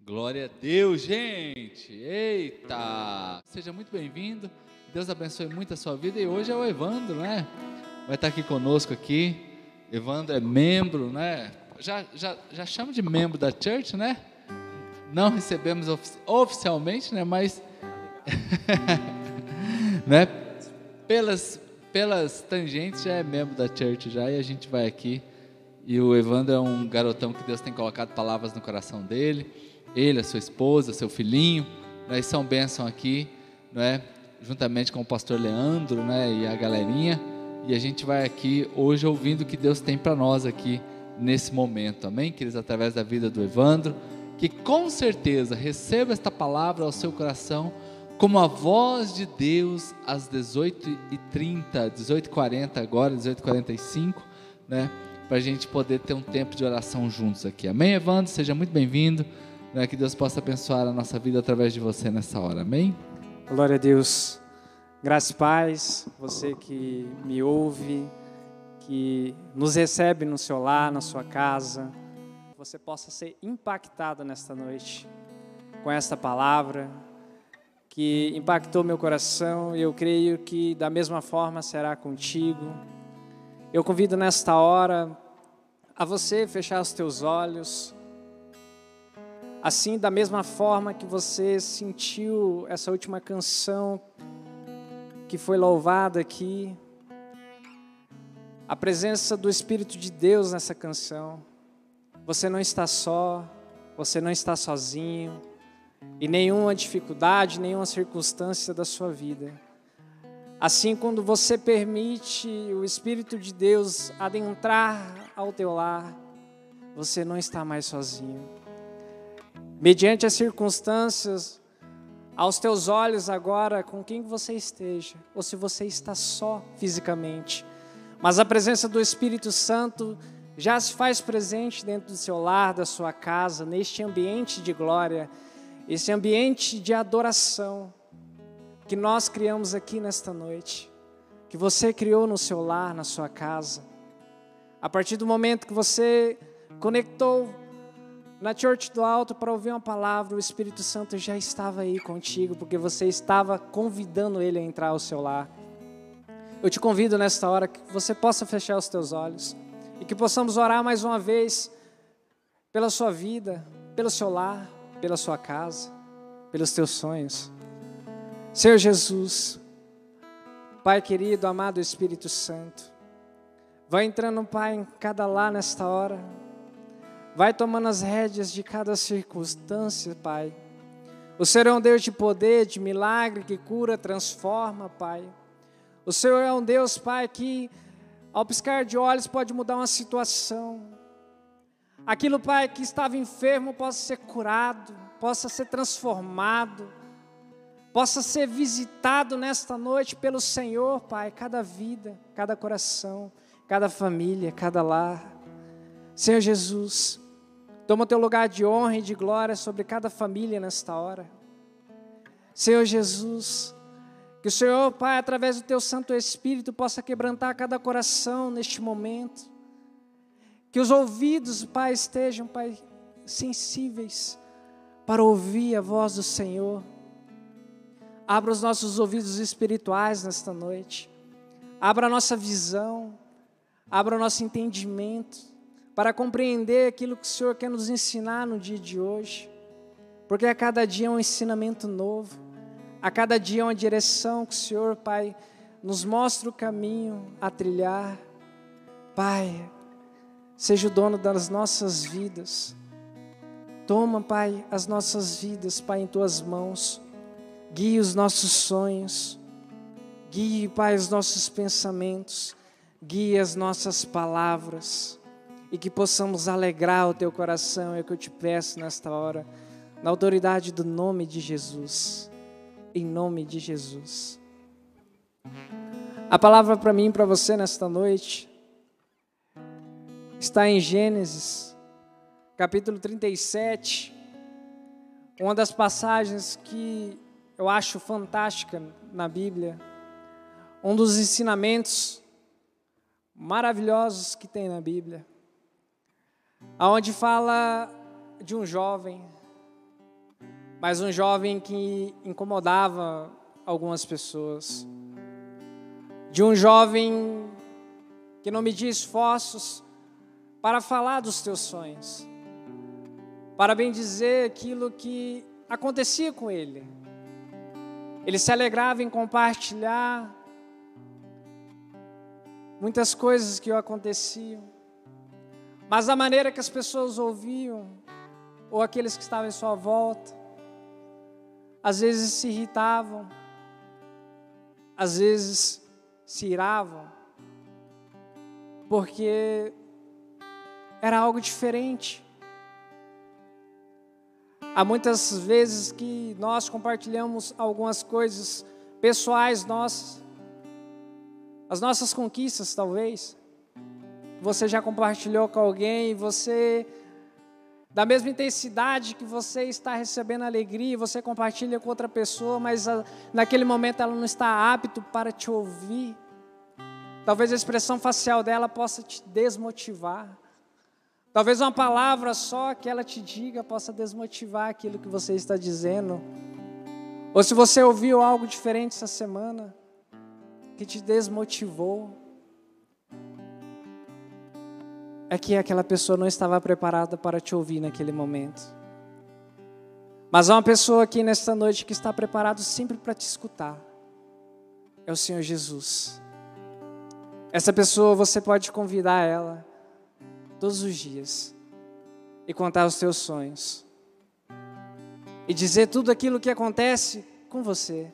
Glória a Deus, gente! Eita! Seja muito bem-vindo, Deus abençoe muito a sua vida. E hoje é o Evandro, né? Vai estar aqui conosco aqui. Evandro é membro, né? Já chama de membro da church, né? Não recebemos oficialmente, né? Mas né? Pelas tangentes já é membro da church já, e a gente vai aqui. E o Evandro é um garotão que Deus tem colocado palavras no coração dele. Ele, a sua esposa, seu filhinho, né, são bênção aqui, né, juntamente com o pastor Leandro, né, e a galerinha. E a gente vai aqui hoje ouvindo o que Deus tem para nós aqui nesse momento, amém, queridos? Através da vida do Evandro, que com certeza receba esta palavra ao seu coração como a voz de Deus às 18h30, 18h40 agora, 18h45, né, para a gente poder ter um tempo de oração juntos aqui, amém, Evandro? Seja muito bem-vindo. Que Deus possa abençoar a nossa vida através de você nessa hora, amém? Glória a Deus. Graças e paz, você que me ouve, que nos recebe no seu lar, na sua casa, você possa ser impactado nesta noite com esta palavra que impactou meu coração, e eu creio que da mesma forma será contigo. Eu convido nesta hora a você fechar os teus olhos. Assim, da mesma forma que você sentiu essa última canção que foi louvada aqui, a presença do Espírito de Deus nessa canção, você não está só, você não está sozinho, e nenhuma dificuldade, nenhuma circunstância da sua vida. Assim, quando você permite o Espírito de Deus adentrar ao teu lar, você não está mais sozinho. Mediante as circunstâncias, aos teus olhos agora, com quem você esteja, ou se você está só fisicamente, mas a presença do Espírito Santo já se faz presente dentro do seu lar, da sua casa, neste ambiente de glória, esse ambiente de adoração que nós criamos aqui nesta noite, que você criou no seu lar, na sua casa. A partir do momento que você conectou na Church do Alto para ouvir uma palavra, o Espírito Santo já estava aí contigo, porque você estava convidando Ele a entrar ao seu lar. Eu te convido nesta hora que você possa fechar os teus olhos e que possamos orar mais uma vez pela sua vida, pelo seu lar, pela sua casa, pelos teus sonhos. Senhor Jesus, Pai querido, amado Espírito Santo, vai entrando, Pai, em cada lar nesta hora. Vai tomando as rédeas de cada circunstância, Pai. O Senhor é um Deus de poder, de milagre, que cura, transforma, Pai. O Senhor é um Deus, Pai, que ao piscar de olhos pode mudar uma situação. Aquilo, Pai, que estava enfermo possa ser curado, possa ser transformado, possa ser visitado nesta noite pelo Senhor, Pai, cada vida, cada coração, cada família, cada lar. Senhor Jesus, toma o teu lugar de honra e de glória sobre cada família nesta hora. Senhor Jesus, que o Senhor, Pai, através do teu Santo Espírito, possa quebrantar cada coração neste momento. Que os ouvidos, Pai, estejam, Pai, sensíveis para ouvir a voz do Senhor. Abra os nossos ouvidos espirituais nesta noite. Abra a nossa visão. Abra o nosso entendimento para compreender aquilo que o Senhor quer nos ensinar no dia de hoje, porque a cada dia é um ensinamento novo, a cada dia é uma direção que o Senhor, Pai, nos mostra o caminho a trilhar. Pai, seja o dono das nossas vidas, toma, Pai, as nossas vidas, Pai, em Tuas mãos, guie os nossos sonhos, guie, Pai, os nossos pensamentos, guie as nossas palavras, e que possamos alegrar o teu coração, é o que eu te peço nesta hora, na autoridade do nome de Jesus, em nome de Jesus. A palavra para mim e para você nesta noite está em Gênesis, capítulo 37, uma das passagens que eu acho fantástica na Bíblia, um dos ensinamentos maravilhosos que tem na Bíblia, aonde fala de um jovem mas um jovem que incomodava algumas pessoas. De um jovem que não media esforços para falar dos teus sonhos, para bem dizer aquilo que acontecia com ele. Ele se alegrava em compartilhar muitas coisas que aconteciam, mas a maneira que as pessoas ouviam, ou aqueles que estavam em sua volta, às vezes se irritavam, às vezes se iravam, porque era algo diferente. Há muitas vezes que nós compartilhamos algumas coisas pessoais nossas, as nossas conquistas talvez. Você já compartilhou com alguém, você, da mesma intensidade que você está recebendo alegria, você compartilha com outra pessoa, mas naquele momento ela não está apta para te ouvir. Talvez a expressão facial dela possa te desmotivar. Talvez uma palavra só que ela te diga possa desmotivar aquilo que você está dizendo. Ou se você ouviu algo diferente essa semana, que te desmotivou, é que aquela pessoa não estava preparada para te ouvir naquele momento. Mas há uma pessoa aqui nesta noite que está preparado sempre para te escutar. É o Senhor Jesus. Essa pessoa você pode convidar ela todos os dias e contar os teus sonhos e dizer tudo aquilo que acontece com você,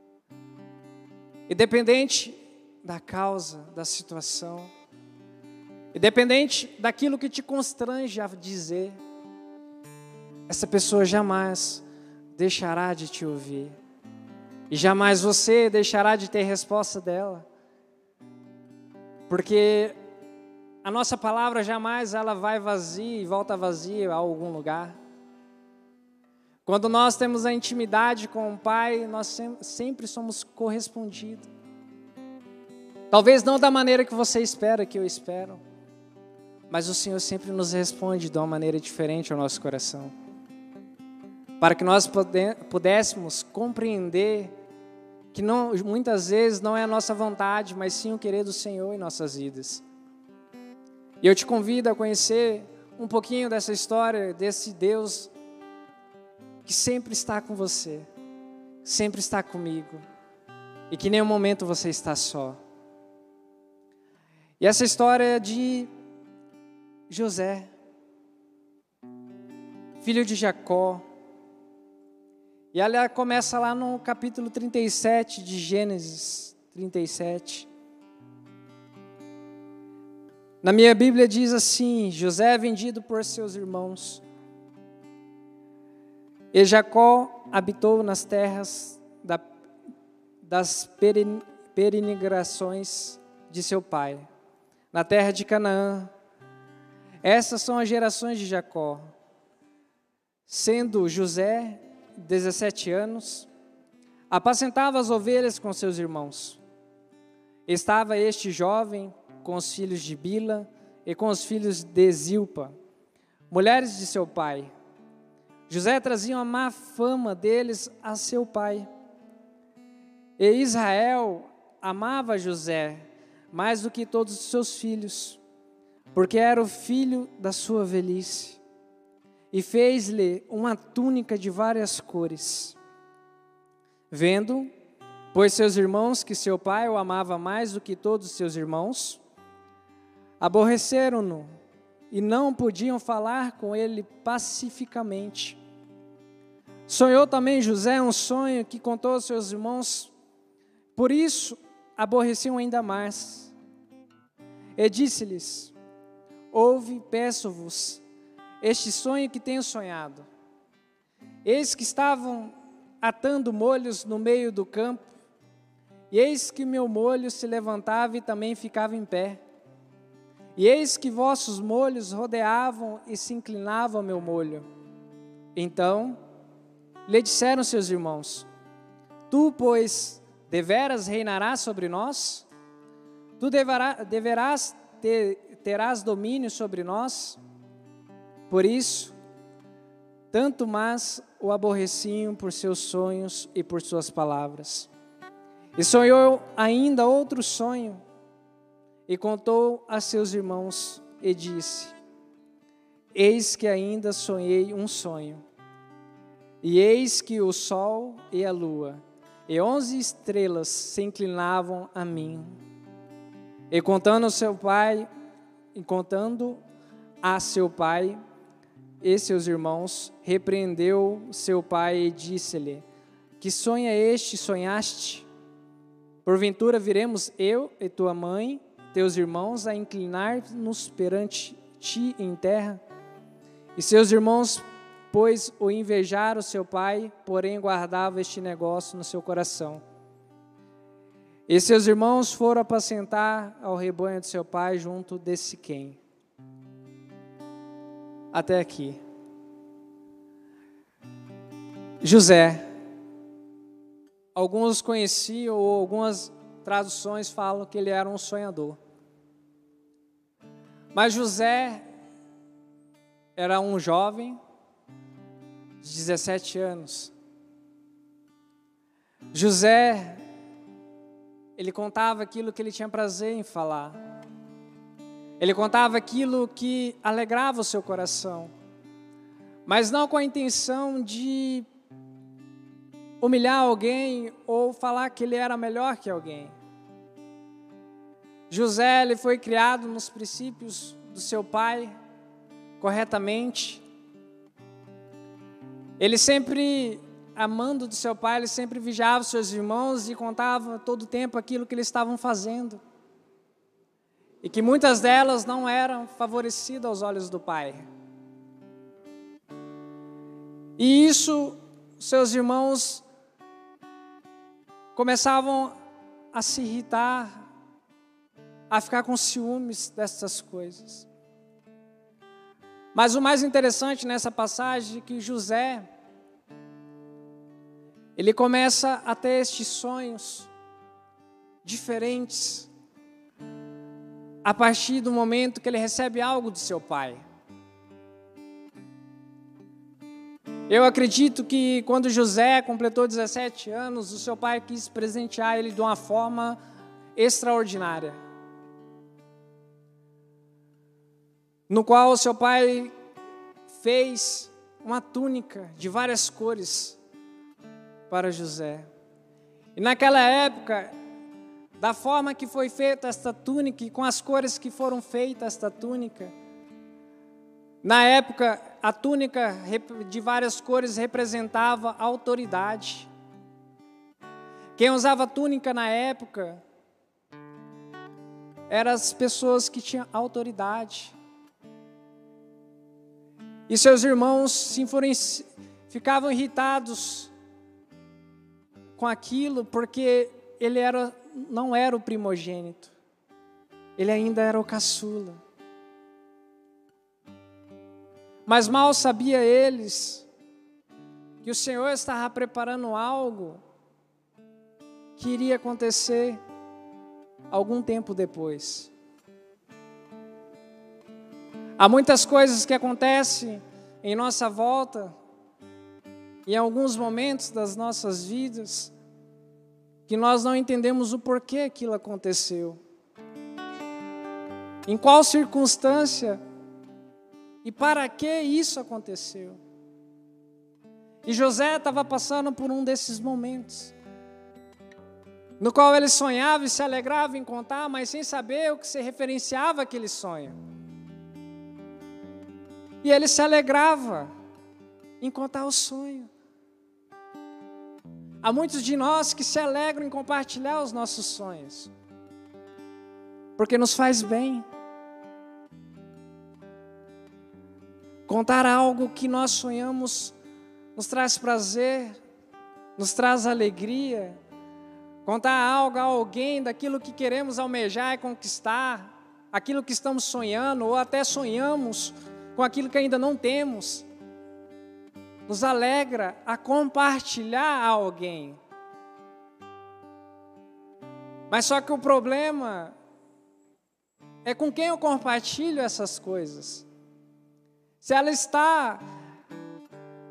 independente da causa, da situação, independente daquilo que te constrange a dizer. Essa pessoa jamais deixará de te ouvir e jamais você deixará de ter resposta dela, porque a nossa palavra jamais ela vai vazia e volta vazia a algum lugar. Quando nós temos a intimidade com o Pai, nós sempre somos correspondidos. Talvez não da maneira que você espera, que eu espero, mas o Senhor sempre nos responde de uma maneira diferente ao nosso coração, para que nós pudéssemos compreender que não, muitas vezes não é a nossa vontade, mas sim o querer do Senhor em nossas vidas. E eu te convido a conhecer um pouquinho dessa história, desse Deus que sempre está com você, sempre está comigo, e que em nenhum momento você está só. E essa história é de José, filho de Jacó, e ela começa lá no capítulo 37 de Gênesis 37. Na minha Bíblia diz assim: José é vendido por seus irmãos, e Jacó habitou nas terras das peregrinações de seu pai, na terra de Canaã. Essas são as gerações de Jacó. Sendo José 17 anos, apacentava as ovelhas com seus irmãos. Estava este jovem com os filhos de Bila e com os filhos de Zilpa, mulheres de seu pai. José trazia uma má fama deles a seu pai. E Israel amava José mais do que todos os seus filhos, porque era o filho da sua velhice, e fez-lhe uma túnica de várias cores. Vendo, pois seus irmãos que seu pai o amava mais do que todos os seus irmãos, aborreceram-no e não podiam falar com ele pacificamente. Sonhou também José um sonho que contou aos seus irmãos, por isso aborreciam ainda mais. E disse-lhes: ouve, peço-vos, este sonho que tenho sonhado. Eis que estavam atando molhos no meio do campo, e eis que meu molho se levantava e também ficava em pé. E eis que vossos molhos rodeavam e se inclinavam ao meu molho. Então lhe disseram seus irmãos: tu, pois, deveras reinarás sobre nós? Tu terás domínio sobre nós? Por isso, tanto mais o aborreciam por seus sonhos e por suas palavras. E sonhou ainda outro sonho, e contou a seus irmãos, e disse: eis que ainda sonhei um sonho, e eis que o sol e a lua, e 11 estrelas se inclinavam a mim. E contando a seu pai e seus irmãos, repreendeu seu pai e disse-lhe: que sonho é este sonhaste? Porventura viremos eu e tua mãe, teus irmãos, a inclinar-nos perante ti em terra? E seus irmãos, pois o invejaram seu pai, porém guardava este negócio no seu coração. E seus irmãos foram apacentar ao rebanho de seu pai junto de Siquém. Até aqui. José. Alguns conheciam, ou algumas traduções falam que ele era um sonhador. Mas José era um jovem de 17 anos. José, ele contava aquilo que ele tinha prazer em falar. Ele contava aquilo que alegrava o seu coração, mas não com a intenção de humilhar alguém ou falar que ele era melhor que alguém. José, ele foi criado nos princípios do seu pai, corretamente. Ele sempre, amando do seu pai, ele sempre vigiava os seus irmãos e contava todo o tempo aquilo que eles estavam fazendo. E que muitas delas não eram favorecidas aos olhos do pai. E isso, seus irmãos começavam a se irritar, a ficar com ciúmes dessas coisas. Mas o mais interessante nessa passagem é que José, ele começa a ter estes sonhos diferentes a partir do momento que ele recebe algo do seu pai. Eu acredito que quando José completou 17 anos, o seu pai quis presentear ele de uma forma extraordinária, no qual o seu pai fez uma túnica de várias cores para José. E naquela época, da forma que foi feita esta túnica e com as cores que foram feitas esta túnica, na época, a túnica de várias cores representava a autoridade. Quem usava túnica na época eram as pessoas que tinham autoridade. E seus irmãos ficavam irritados com aquilo, porque ele não era o primogênito, ele ainda era o caçula. Mas mal sabia eles que o Senhor estava preparando algo que iria acontecer algum tempo depois. Há muitas coisas que acontecem em nossa volta, em alguns momentos das nossas vidas, que nós não entendemos o porquê aquilo aconteceu. Em qual circunstância e para que isso aconteceu. E José estava passando por um desses momentos, no qual ele sonhava e se alegrava em contar, mas sem saber o que se referenciava aquele sonho. E ele se alegrava em contar o sonho. Há muitos de nós que se alegram em compartilhar os nossos sonhos, porque nos faz bem. Contar algo que nós sonhamos nos traz prazer, nos traz alegria. Contar algo a alguém daquilo que queremos almejar e conquistar, aquilo que estamos sonhando, ou até sonhamos com aquilo que ainda não temos, nos alegra a compartilhar a alguém. Mas só que o problema é com quem eu compartilho essas coisas. Se ela está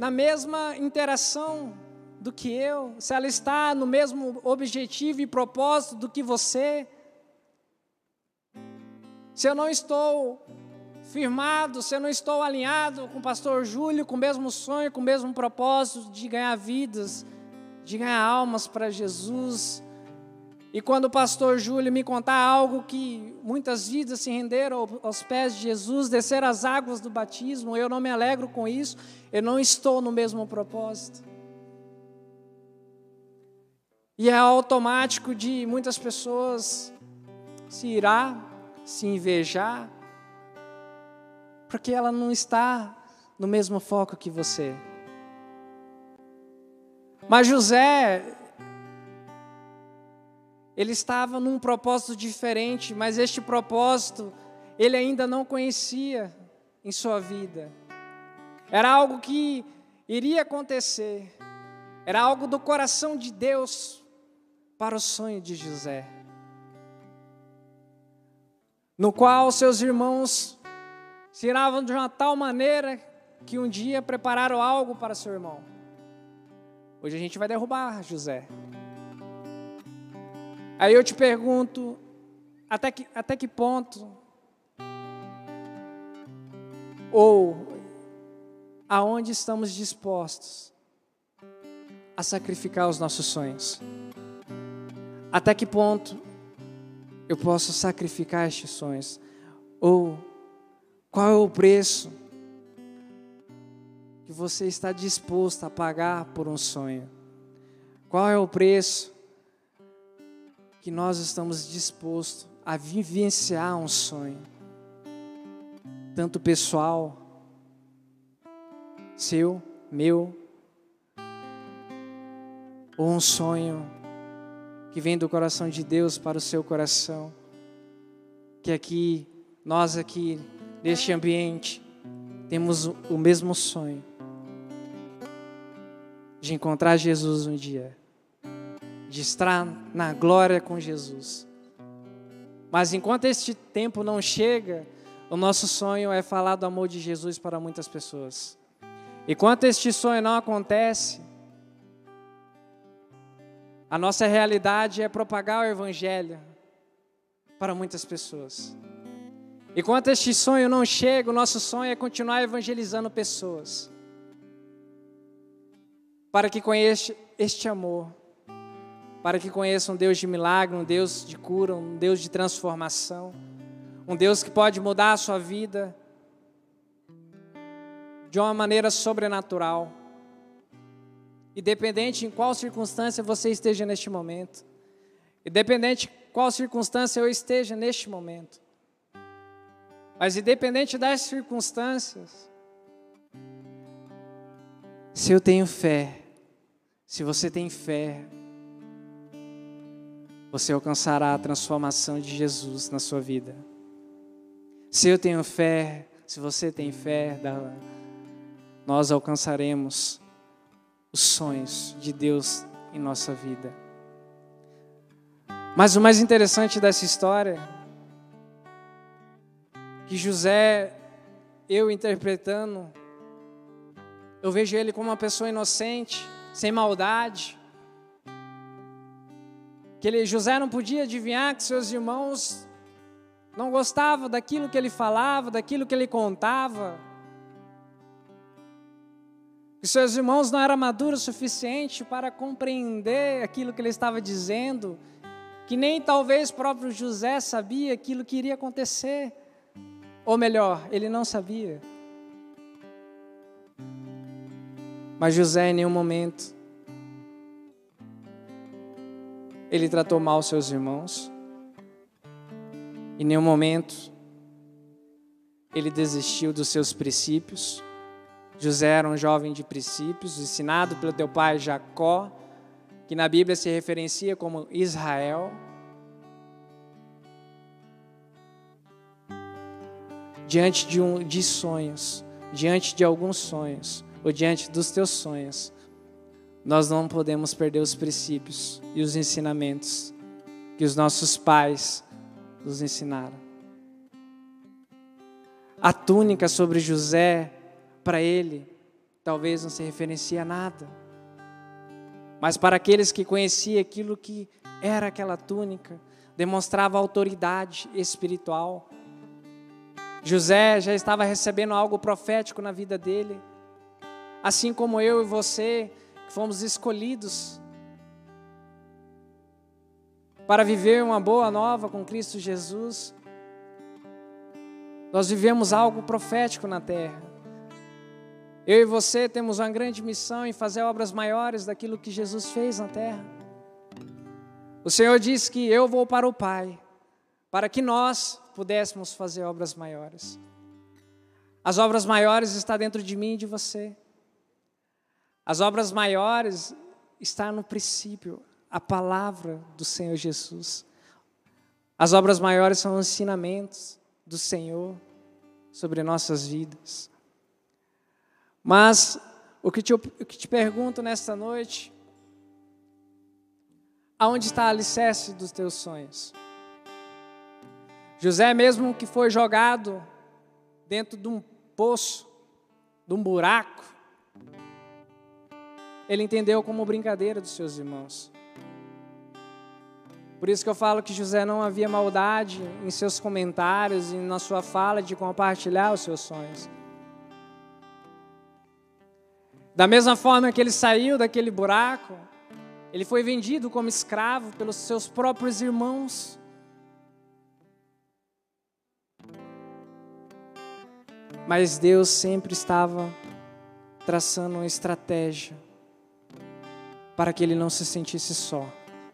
na mesma interação do que eu, se ela está no mesmo objetivo e propósito do que você, se eu não estou firmado, se eu não estou alinhado com o pastor Júlio, com o mesmo sonho, com o mesmo propósito de ganhar vidas, de ganhar almas para Jesus. E quando o pastor Júlio me contar algo que muitas vidas se renderam aos pés de Jesus, descer as águas do batismo, eu não me alegro com isso, eu não estou no mesmo propósito. E é automático de muitas pessoas se irar, se invejar, porque ela não está no mesmo foco que você. Mas José, ele estava num propósito diferente, mas este propósito ele ainda não conhecia em sua vida. Era algo que iria acontecer, era algo do coração de Deus para o sonho de José, no qual seus irmãos se iravam de uma tal maneira que um dia prepararam algo para seu irmão. Hoje a gente vai derrubar José. Aí eu te pergunto, até que ponto, ou aonde estamos dispostos a sacrificar os nossos sonhos? Até que ponto eu posso sacrificar estes sonhos? Ou qual é o preço que você está disposto a pagar por um sonho? Qual é o preço que nós estamos dispostos a vivenciar um sonho? Tanto pessoal, seu, meu, ou um sonho que vem do coração de Deus para o seu coração, que nós aqui, neste ambiente, temos o mesmo sonho de encontrar Jesus um dia, de estar na glória com Jesus. Mas enquanto este tempo não chega, o nosso sonho é falar do amor de Jesus para muitas pessoas. Enquanto este sonho não acontece, a nossa realidade é propagar o Evangelho para muitas pessoas. Enquanto este sonho não chega, o nosso sonho é continuar evangelizando pessoas, para que conheçam este amor, para que conheçam um Deus de milagre, um Deus de cura, um Deus de transformação, um Deus que pode mudar a sua vida de uma maneira sobrenatural, independente em qual circunstância você esteja neste momento, independente em qual circunstância eu esteja neste momento, mas independente das circunstâncias, se eu tenho fé, se você tem fé, você alcançará a transformação de Jesus na sua vida. Se eu tenho fé, se você tem fé, nós alcançaremos os sonhos de Deus em nossa vida. Mas o mais interessante dessa história, que José, eu interpretando, eu vejo ele como uma pessoa inocente, sem maldade, que José não podia adivinhar que seus irmãos não gostavam daquilo que ele falava, daquilo que ele contava, que seus irmãos não eram maduros o suficiente para compreender aquilo que ele estava dizendo, que nem talvez próprio José sabia aquilo que iria acontecer, ou melhor, ele não sabia. Mas José em nenhum momento ele tratou mal seus irmãos, em nenhum momento ele desistiu dos seus princípios. José era um jovem de princípios, ensinado pelo teu pai Jacó, que na Bíblia se referencia como Israel. Diante de sonhos, diante de alguns sonhos, ou diante dos teus sonhos, nós não podemos perder os princípios e os ensinamentos que os nossos pais nos ensinaram. A túnica sobre José, para ele, talvez não se referencia a nada. Mas para aqueles que conheciam aquilo que era aquela túnica, demonstrava autoridade espiritual. José já estava recebendo algo profético na vida dele. Assim como eu e você, que fomos escolhidos para viver uma boa nova com Cristo Jesus, nós vivemos algo profético na terra. Eu e você temos uma grande missão em fazer obras maiores daquilo que Jesus fez na terra. O Senhor disse que eu vou para o Pai, para que nós pudéssemos fazer obras maiores. As obras maiores estão dentro de mim e de você. As obras maiores estão no princípio, a palavra do Senhor Jesus. As obras maiores são os ensinamentos do Senhor sobre nossas vidas. Mas o que te pergunto nesta noite, aonde está a alicerce dos teus sonhos? José, mesmo que foi jogado dentro de um poço, de um buraco, ele entendeu como brincadeira dos seus irmãos. Por isso que eu falo que José não havia maldade em seus comentários e na sua fala de compartilhar os seus sonhos. Da mesma forma que ele saiu daquele buraco, ele foi vendido como escravo pelos seus próprios irmãos. Mas Deus sempre estava traçando uma estratégia para que ele não se sentisse só.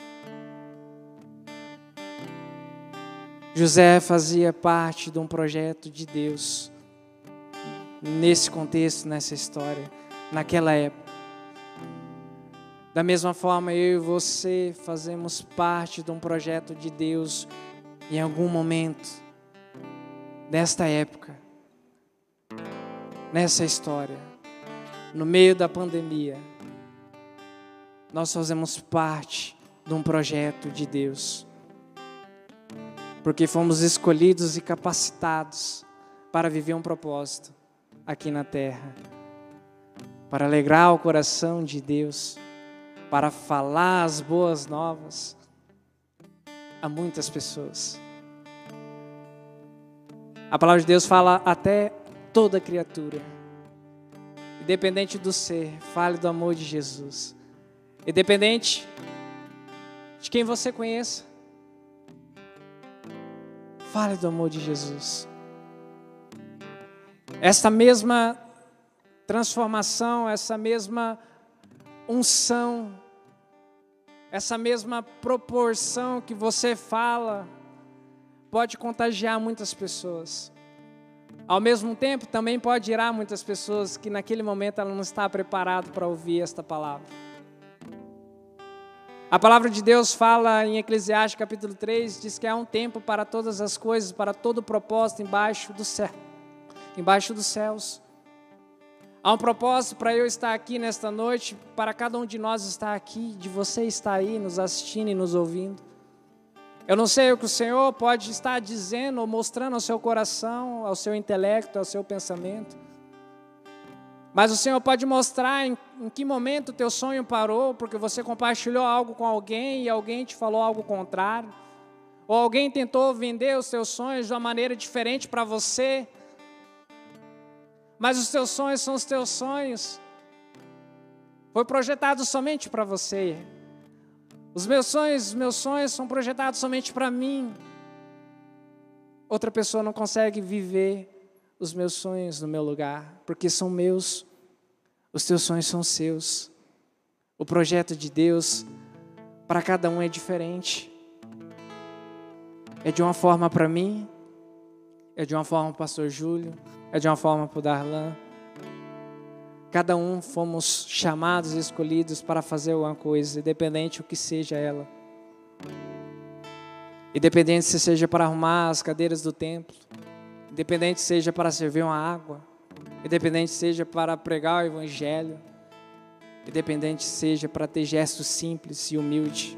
José fazia parte de um projeto de Deus, nesse contexto, nessa história, naquela época. Da mesma forma, eu e você fazemos parte de um projeto de Deus em algum momento, nesta época, nessa história, no meio da pandemia, nós fazemos parte de um projeto de Deus. Porque fomos escolhidos e capacitados para viver um propósito aqui na terra. Para alegrar o coração de Deus, para falar as boas novas a muitas pessoas. A palavra de Deus fala até toda criatura, independente do ser, fale do amor de Jesus. Independente de quem você conheça, fale do amor de Jesus. Essa mesma transformação, essa mesma unção, essa mesma proporção que você fala, pode contagiar muitas pessoas. Ao mesmo tempo, também pode irar muitas pessoas que naquele momento ela não está preparada para ouvir esta palavra. A palavra de Deus fala em Eclesiastes capítulo 3, diz que há um tempo para todas as coisas, para todo propósito embaixo do céu, embaixo dos céus. Há um propósito para eu estar aqui nesta noite, para cada um de nós estar aqui, de você estar aí nos assistindo e nos ouvindo. Eu não sei o que o Senhor pode estar dizendo ou mostrando ao seu coração, ao seu intelecto, ao seu pensamento. Mas o Senhor pode mostrar em que momento o teu sonho parou, porque você compartilhou algo com alguém e alguém te falou algo contrário. Ou alguém tentou vender os teus sonhos de uma maneira diferente para você. Mas os teus sonhos são os teus sonhos. Foi projetado somente para você. Os meus sonhos são projetados somente para mim. Outra pessoa não consegue viver os meus sonhos no meu lugar, porque são meus. Os teus sonhos são seus. O projeto de Deus para cada um é diferente. É de uma forma para mim, é de uma forma para o pastor Júlio, é de uma forma para o Darlan. Cada um fomos chamados e escolhidos para fazer alguma coisa, independente do que seja ela. Independente se seja para arrumar as cadeiras do templo, independente seja para servir uma água, independente seja para pregar o evangelho, independente seja para ter gestos simples e humildes.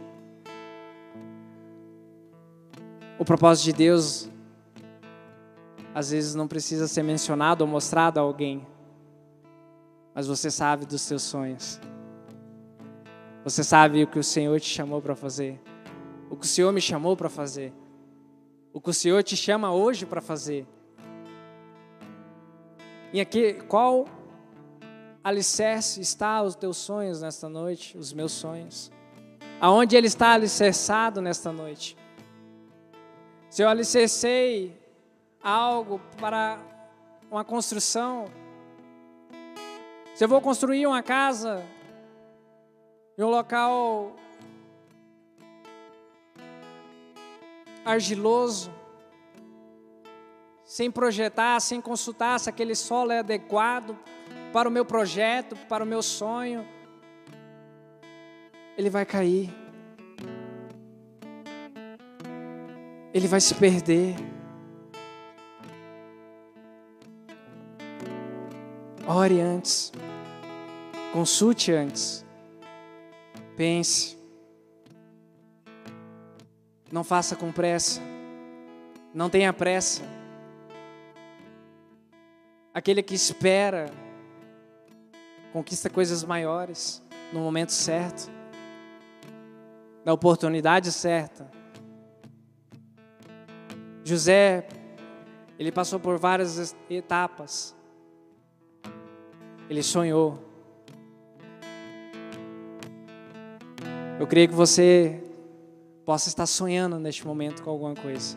O propósito de Deus, às vezes, não precisa ser mencionado ou mostrado a alguém. mas você sabe dos seus sonhos. Você sabe o que o Senhor te chamou para fazer, o que o Senhor me chamou para fazer, o que o Senhor te chama hoje para fazer. E aqui, qual alicerce está os teus sonhos nesta noite, os meus sonhos? Aonde ele está alicerçado nesta noite? Se eu alicercei algo para uma construção, se eu vou construir uma casa em um local argiloso, sem projetar, sem consultar se aquele solo é adequado para o meu projeto, para o meu sonho, ele vai cair. Ele vai se perder. Ore antes. Consulte antes. Pense. Não faça com pressa. Não tenha pressa. Aquele que espera conquista coisas maiores no momento certo, na oportunidade certa. José, ele passou por várias etapas. Ele sonhou. Eu creio que você possa estar sonhando neste momento com alguma coisa.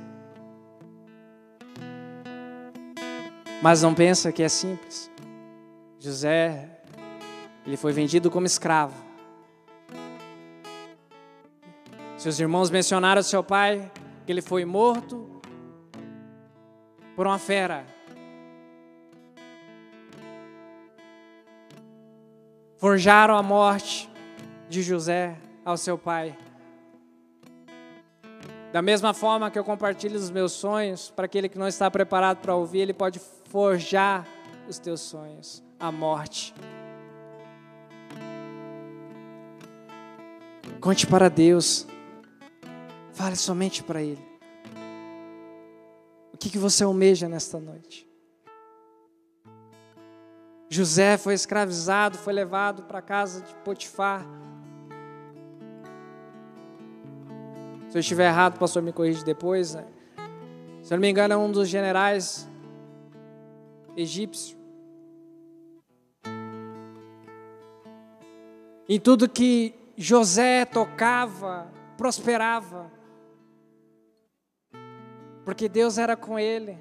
Mas não pensa que é simples. José, ele foi vendido como escravo. Seus irmãos mencionaram seu pai, que ele foi morto por uma fera. Forjaram a morte de José ao seu pai. Da mesma forma que eu compartilho os meus sonhos, para aquele que não está preparado para ouvir, ele pode forjar os teus sonhos, a morte. Conte para Deus. Fale somente para Ele. O que você almeja nesta noite? José foi escravizado, foi levado para a casa de Potifar. Se eu estiver errado, o pastor me corrige depois, né? Se eu não me engano, é um dos generais egípcios. Em tudo que José tocava, prosperava. Porque Deus era com ele.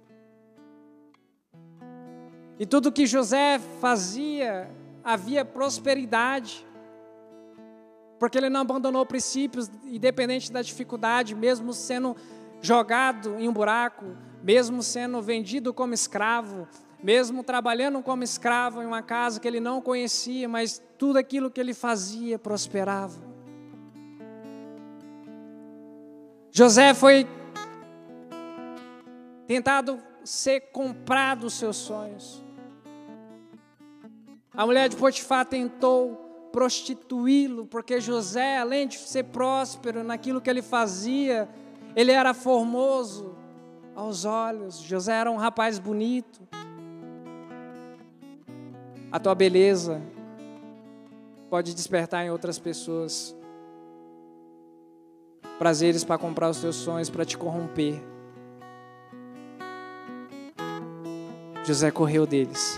E tudo que José fazia, havia prosperidade. Porque ele não abandonou princípios, independente da dificuldade, mesmo sendo jogado em um buraco, mesmo sendo vendido como escravo, mesmo trabalhando como escravo em uma casa que ele não conhecia, mas tudo aquilo que ele fazia prosperava. José foi tentado ser comprado os seus sonhos. A mulher de Potifar tentou prostituí-lo, porque José, além de ser próspero naquilo que ele fazia, ele era formoso aos olhos. José era um rapaz bonito. A tua beleza pode despertar em outras pessoas prazeres para comprar os teus sonhos, para te corromper. José correu deles.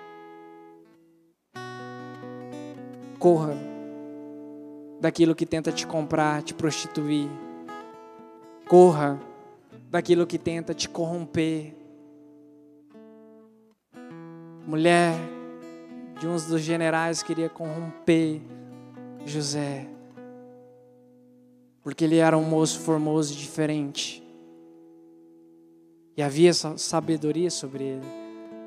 Corra daquilo que tenta te comprar, te prostituir. Corra daquilo que tenta te corromper. Mulher de um dos generais queria corromper José, porque ele era um moço formoso e diferente. E havia sabedoria sobre ele.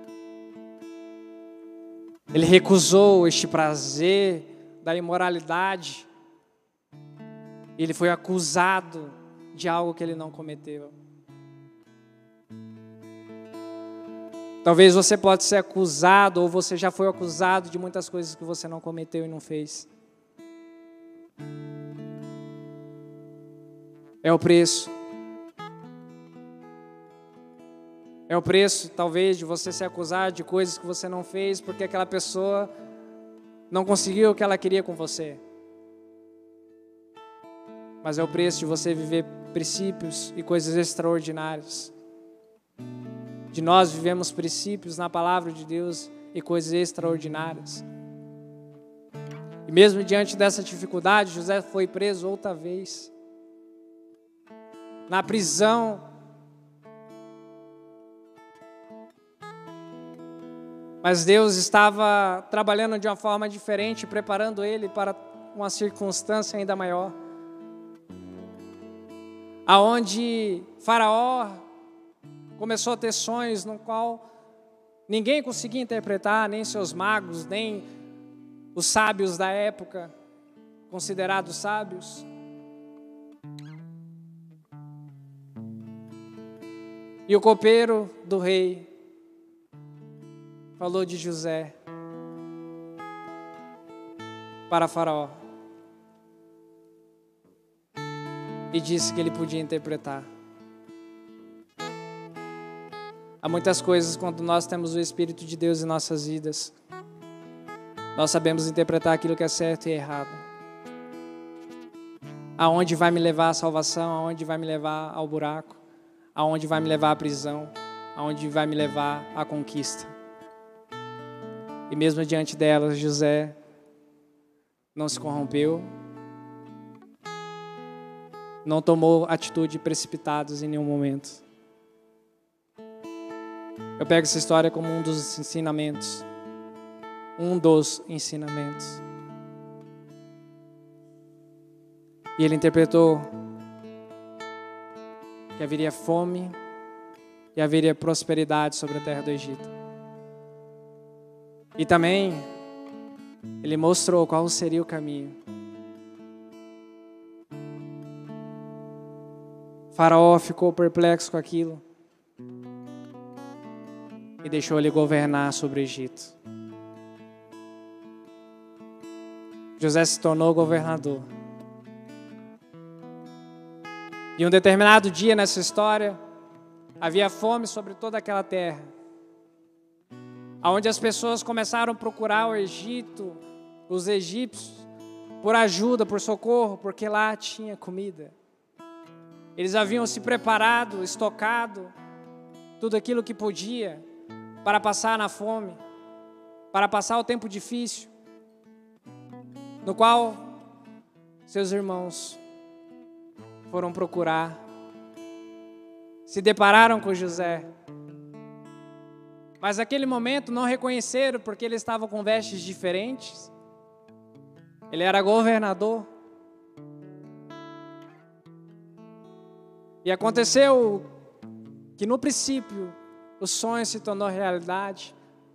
Ele recusou este prazer da imoralidade. Ele foi acusado de algo que ele não cometeu. Talvez você pode ser acusado, ou você já foi acusado de muitas coisas que você não cometeu e não fez. É o preço. É o preço, talvez, de você se acusar de coisas que você não fez porque aquela pessoa não conseguiu o que ela queria com você. Mas é o preço de você viver princípios e coisas extraordinárias. De nós vivemos princípios na palavra de Deus e coisas extraordinárias. E mesmo diante dessa dificuldade, José foi preso outra vez. Na prisão. Mas Deus estava trabalhando de uma forma diferente, preparando ele para uma circunstância ainda maior. Aonde Faraó começou a ter sonhos no qual ninguém conseguia interpretar, nem seus magos, nem os sábios da época, considerados sábios. E o copeiro do rei falou de José para Faraó e disse que ele podia interpretar. Há muitas coisas quando nós temos o Espírito de Deus em nossas vidas. Nós sabemos interpretar aquilo que é certo e errado. Aonde vai me levar a salvação, aonde vai me levar ao buraco, aonde vai me levar à prisão, aonde vai me levar à conquista. E mesmo diante delas, José não se corrompeu, não tomou atitude precipitadas em nenhum momento. Eu pego essa história como um dos ensinamentos. E ele interpretou que haveria fome e haveria prosperidade sobre a terra do Egito. E também ele mostrou qual seria o caminho. Faraó ficou perplexo com aquilo e deixou ele governar sobre o Egito. José se tornou governador. E um determinado dia nessa história, havia fome sobre toda aquela terra, onde as pessoas começaram a procurar o Egito, os egípcios, por ajuda, por socorro, porque lá tinha comida. Eles haviam se preparado, estocado, tudo aquilo que podia, para passar na fome, para passar o tempo difícil, no qual seus irmãos foram procurar, se depararam com José, mas naquele momento não reconheceram porque ele estava com vestes diferentes. Ele era governador. E aconteceu que no princípio o sonho se tornou realidade,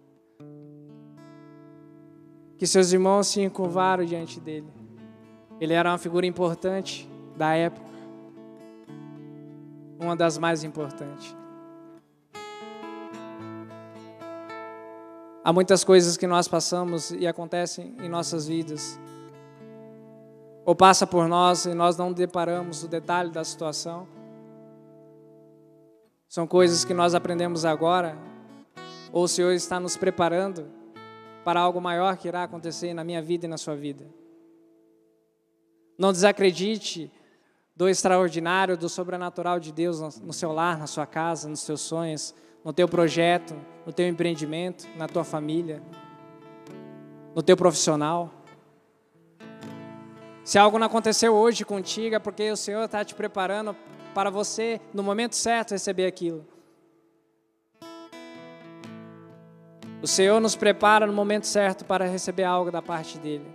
que seus irmãos se encurvaram diante dele. Ele era uma figura importante da época, uma das mais importantes. Há muitas coisas que nós passamos e acontecem em nossas vidas, ou passa por nós e nós não deparamos o detalhe da situação. São coisas que nós aprendemos agora, ou o Senhor está nos preparando para algo maior que irá acontecer na minha vida e na sua vida. Não desacredite do extraordinário, do sobrenatural de Deus no seu lar, na sua casa, nos seus sonhos, no teu projeto, no teu empreendimento, na tua família, no teu profissional. Se algo não aconteceu hoje contigo, é porque o Senhor está te preparando para você, no momento certo, receber aquilo. O Senhor nos prepara no momento certo para receber algo da parte dEle.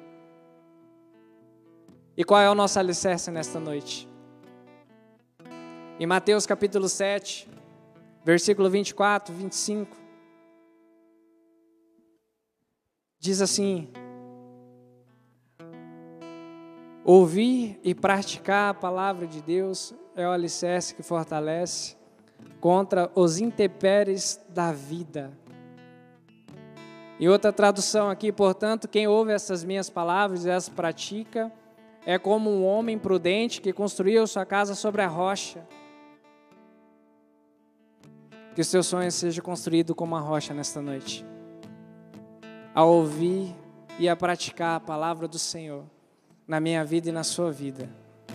E qual é o nosso alicerce nesta noite? Em Mateus capítulo 7, versículo 24, 25, diz assim: ouvir e praticar a palavra de Deus é o alicerce que fortalece contra os intempéries da vida. E outra tradução aqui, portanto, quem ouve essas minhas palavras e as pratica é como um homem prudente que construiu sua casa sobre a rocha. Que os teus sonhos sejam construídos como uma rocha nesta noite. A ouvir e a praticar a palavra do Senhor na minha vida e na sua vida.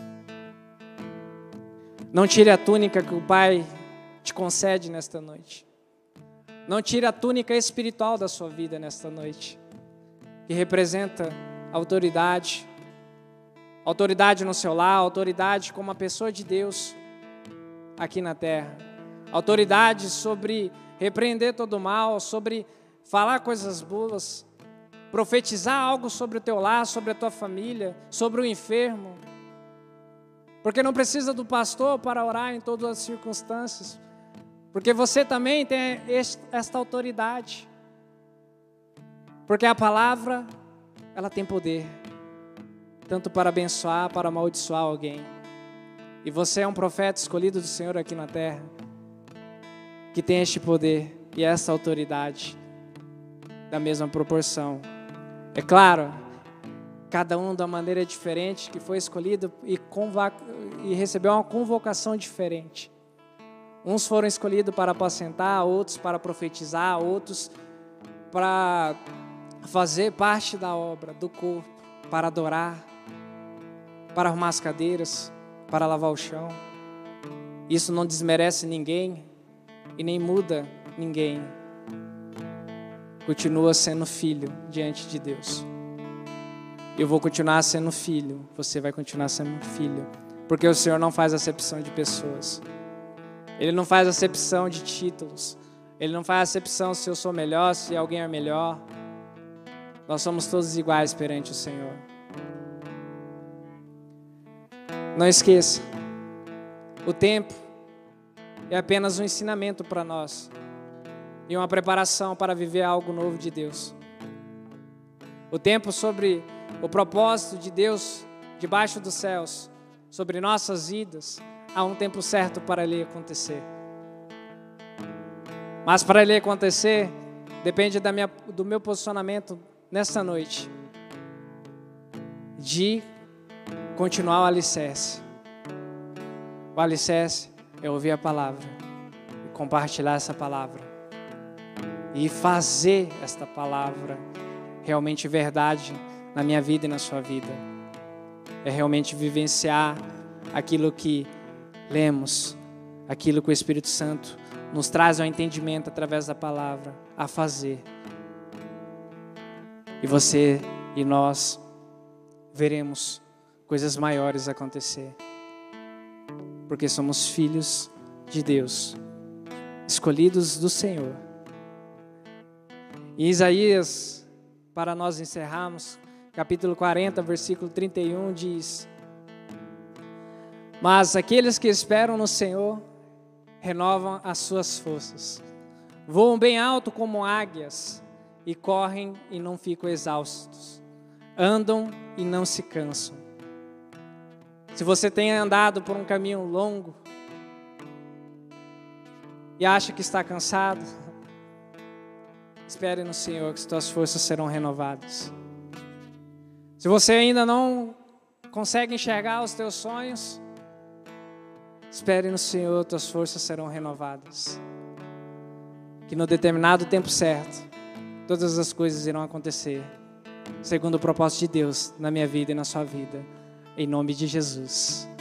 Não tire a túnica que o Pai te concede nesta noite. Não tire a túnica espiritual da sua vida nesta noite, que representa autoridade, autoridade no seu lar, autoridade como uma pessoa de Deus aqui na terra, autoridade sobre repreender todo o mal, sobre falar coisas boas, profetizar algo sobre o teu lar, sobre a tua família, sobre o enfermo, porque não precisa do pastor para orar em todas as circunstâncias, porque você também tem esta autoridade, porque a palavra, ela tem poder, tanto para abençoar, para amaldiçoar alguém, e você é um profeta escolhido do Senhor aqui na terra, que tem este poder e esta autoridade, da mesma proporção. É claro, cada um da maneira diferente, que foi escolhido e recebeu uma convocação diferente. Uns foram escolhidos para apacentar, outros para profetizar, outros para fazer parte da obra, do corpo, para adorar, para arrumar as cadeiras, para lavar o chão. Isso não desmerece ninguém e nem muda ninguém. Continua sendo filho diante de Deus. Eu vou continuar sendo filho, você vai continuar sendo filho, porque o Senhor não faz acepção de pessoas. Ele não faz acepção de títulos. Ele não faz acepção se eu sou melhor, se alguém é melhor. Nós somos todos iguais perante o Senhor. Não esqueça, o tempo é apenas um ensinamento para nós e uma preparação para viver algo novo de Deus. O tempo sobre o propósito de Deus debaixo dos céus, sobre nossas vidas, há um tempo certo para ele acontecer. Mas para ele acontecer, depende do meu posicionamento nesta noite, de continuar o alicerce. O alicerce é ouvir a palavra, e compartilhar essa palavra, e fazer esta palavra realmente verdade na minha vida e na sua vida. É realmente vivenciar aquilo que lemos, aquilo que o Espírito Santo nos traz ao entendimento através da palavra, a fazer. E você e nós veremos coisas maiores acontecer, porque somos filhos de Deus, escolhidos do Senhor. Em Isaías, para nós encerrarmos, capítulo 40, versículo 31 diz: mas aqueles que esperam no Senhor renovam as suas forças, voam bem alto como águias, e correm e não ficam exaustos, andam e não se cansam. Se você tem andado por um caminho longo e acha que está cansado, espere no Senhor que as tuas forças serão renovadas. Se você ainda não consegue enxergar os teus sonhos, espere no Senhor, tuas forças serão renovadas. Que no determinado tempo certo, todas as coisas irão acontecer, segundo o propósito de Deus na minha vida e na sua vida. Em nome de Jesus.